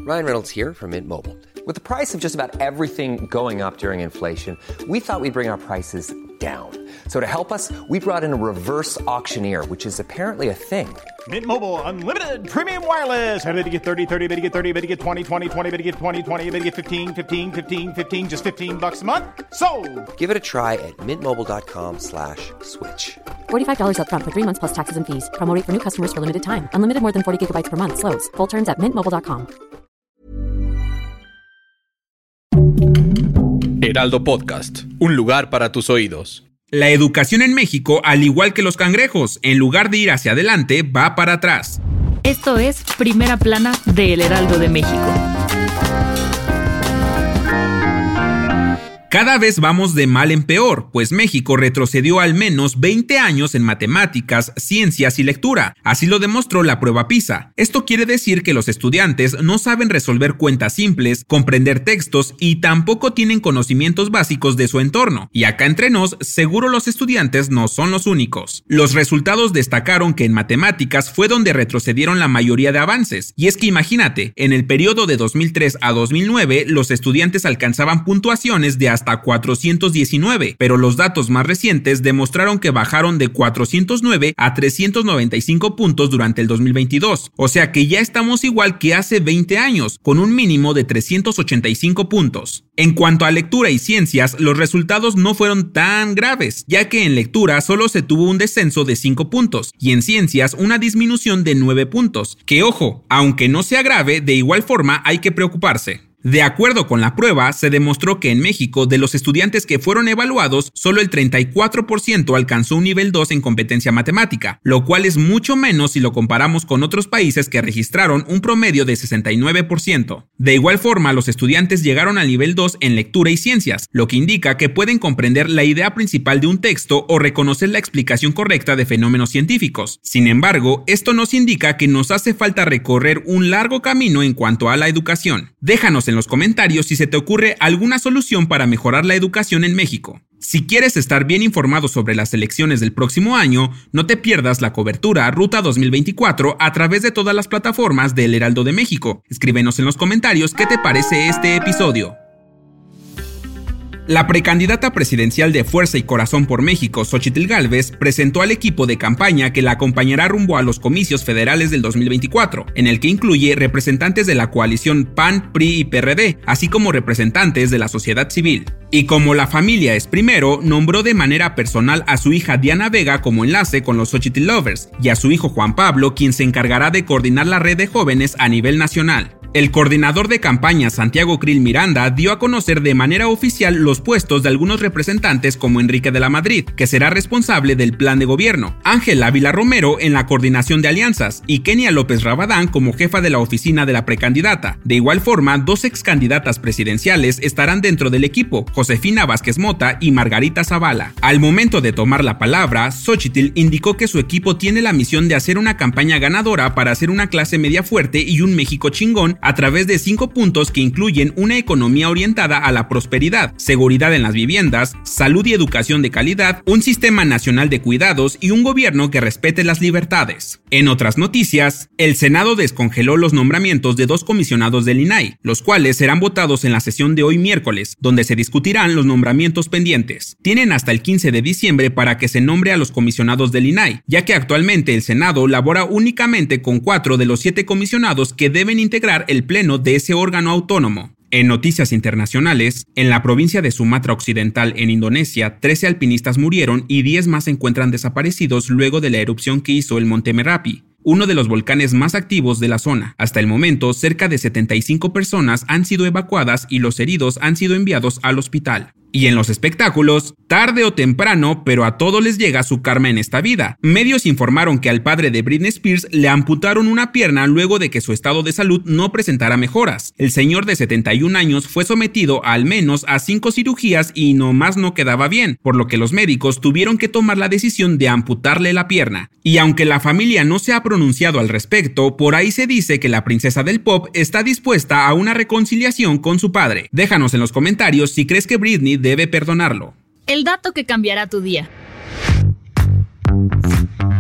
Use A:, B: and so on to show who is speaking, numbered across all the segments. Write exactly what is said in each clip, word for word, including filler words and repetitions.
A: Ryan Reynolds here from Mint Mobile. With the price of just about everything going up during inflation, we thought we'd bring our prices down. So to help us, we brought in a reverse auctioneer, which is apparently a thing.
B: Mint Mobile Unlimited Premium Wireless. How to get thirty, thirty, how to get thirty, how to get twenty, twenty, twenty, how to get twenty, twenty, how to get fifteen, fifteen, fifteen, fifteen, just fifteen bucks a month? Sold!
A: Give it a try at mintmobile.com slash switch.
C: forty-five dollars up front for three months plus taxes and fees. Promo rate for new customers for limited time. Unlimited more than forty gigabytes per month. Slows full terms at mint mobile dot com.
D: Heraldo Podcast, un lugar para tus oídos.
E: La educación en México, al igual que los cangrejos, en lugar de ir hacia adelante, va para atrás.
F: Esto es Primera Plana de El Heraldo de México.
E: Cada vez vamos de mal en peor, pues México retrocedió al menos veinte años en matemáticas, ciencias y lectura. Así lo demostró la prueba PISA. Esto quiere decir que los estudiantes no saben resolver cuentas simples, comprender textos y tampoco tienen conocimientos básicos de su entorno. Y acá entre nos, seguro los estudiantes no son los únicos. Los resultados destacaron que en matemáticas fue donde retrocedieron la mayoría de avances. Y es que imagínate, en el periodo de dos mil tres a dos mil nueve, los estudiantes alcanzaban puntuaciones de hasta cuatrocientos diecinueve, pero los datos más recientes demostraron que bajaron de cuatrocientos nueve a trescientos noventa y cinco puntos durante el dos mil veintidós, o sea que ya estamos igual que hace veinte años, con un mínimo de trescientos ochenta y cinco puntos. En cuanto a lectura y ciencias, los resultados no fueron tan graves, ya que en lectura solo se tuvo un descenso de cinco puntos, y en ciencias una disminución de nueve puntos, que ojo, aunque no sea grave, de igual forma hay que preocuparse. De acuerdo con la prueba, se demostró que en México, de los estudiantes que fueron evaluados, solo el treinta y cuatro por ciento alcanzó un nivel dos en competencia matemática, lo cual es mucho menos si lo comparamos con otros países que registraron un promedio de sesenta y nueve por ciento. De igual forma, los estudiantes llegaron al nivel dos en lectura y ciencias, lo que indica que pueden comprender la idea principal de un texto o reconocer la explicación correcta de fenómenos científicos. Sin embargo, esto nos indica que nos hace falta recorrer un largo camino en cuanto a la educación. Déjanos en los comentarios si se te ocurre alguna solución para mejorar la educación en México. Si quieres estar bien informado sobre las elecciones del próximo año, no te pierdas la cobertura Ruta dos mil veinticuatro a través de todas las plataformas del Heraldo de México. Escríbenos en los comentarios qué te parece este episodio. La precandidata presidencial de Fuerza y Corazón por México, Xóchitl Gálvez, presentó al equipo de campaña que la acompañará rumbo a los comicios federales del dos mil veinticuatro, en el que incluye representantes de la coalición P A N, P R I y P R D, así como representantes de la sociedad civil. Y como la familia es primero, nombró de manera personal a su hija Diana Vega como enlace con los Xóchitl Lovers, y a su hijo Juan Pablo, quien se encargará de coordinar la red de jóvenes a nivel nacional. El coordinador de campaña Santiago Krill Miranda dio a conocer de manera oficial los puestos de algunos representantes como Enrique de la Madrid, que será responsable del plan de gobierno, Ángel Ávila Romero en la coordinación de alianzas y Kenia López Rabadán como jefa de la oficina de la precandidata. De igual forma, dos excandidatas presidenciales estarán dentro del equipo, Josefina Vázquez Mota y Margarita Zavala. Al momento de tomar la palabra, Xóchitl indicó que su equipo tiene la misión de hacer una campaña ganadora para hacer una clase media fuerte y un México chingón a través de cinco puntos que incluyen una economía orientada a la prosperidad, seguridad en las viviendas, salud y educación de calidad, un sistema nacional de cuidados y un gobierno que respete las libertades. En otras noticias, el Senado descongeló los nombramientos de dos comisionados del I N A I, los cuales serán votados en la sesión de hoy miércoles, donde se discutirán los nombramientos pendientes. Tienen hasta el quince de diciembre para que se nombre a los comisionados del I N A I, ya que actualmente el Senado labora únicamente con cuatro de los siete comisionados que deben integrar el pleno de ese órgano autónomo. En noticias internacionales, en la provincia de Sumatra Occidental, en Indonesia, trece alpinistas murieron y diez más se encuentran desaparecidos luego de la erupción que hizo el Monte Merapi, uno de los volcanes más activos de la zona. Hasta el momento, cerca de setenta y cinco personas han sido evacuadas y los heridos han sido enviados al hospital. Y en los espectáculos, tarde o temprano, pero a todos les llega su karma en esta vida. Medios informaron que al padre de Britney Spears le amputaron una pierna luego de que su estado de salud no presentara mejoras. El señor de setenta y un años fue sometido al menos a cinco cirugías y nomás no quedaba bien, por lo que los médicos tuvieron que tomar la decisión de amputarle la pierna. Y aunque la familia no se ha pronunciado al respecto, por ahí se dice que la princesa del pop está dispuesta a una reconciliación con su padre. Déjanos en los comentarios si crees que Britney debe perdonarlo.
F: El dato que cambiará tu día.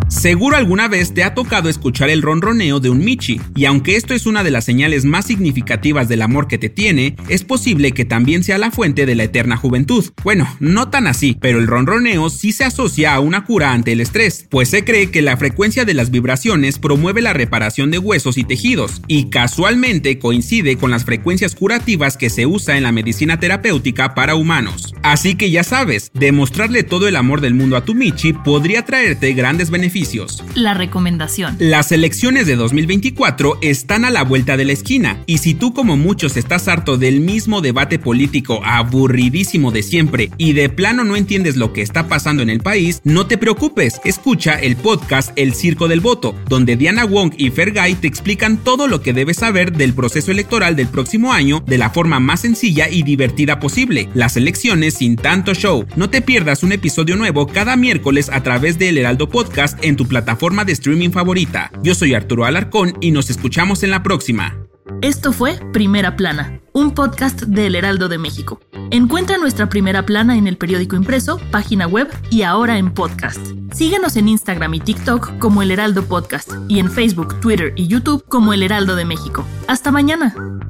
E: Seguro alguna vez te ha tocado escuchar el ronroneo de un michi, y aunque esto es una de las señales más significativas del amor que te tiene, es posible que también sea la fuente de la eterna juventud. Bueno, no tan así, pero el ronroneo sí se asocia a una cura ante el estrés, pues se cree que la frecuencia de las vibraciones promueve la reparación de huesos y tejidos, y casualmente coincide con las frecuencias curativas que se usa en la medicina terapéutica para humanos. Así que ya sabes, demostrarle todo el amor del mundo a tu michi podría traerte grandes beneficios.
F: La recomendación.
E: Las elecciones de dos mil veinticuatro están a la vuelta de la esquina, y si tú como muchos estás harto del mismo debate político aburridísimo de siempre y de plano no entiendes lo que está pasando en el país, no te preocupes, escucha el podcast El Circo del Voto, donde Diana Wong y Fergay te explican todo lo que debes saber del proceso electoral del próximo año de la forma más sencilla y divertida posible. Las elecciones sin tanto show. No te pierdas un episodio nuevo cada miércoles a través de El Heraldo Podcast en tu plataforma de streaming favorita. Yo soy Arturo Alarcón y nos escuchamos en la próxima.
F: Esto fue Primera Plana, un podcast de El Heraldo de México. Encuentra nuestra Primera Plana en el periódico impreso, página web y ahora en podcast. Síguenos en Instagram y TikTok como El Heraldo Podcast y en Facebook, Twitter y YouTube como El Heraldo de México. ¡Hasta mañana!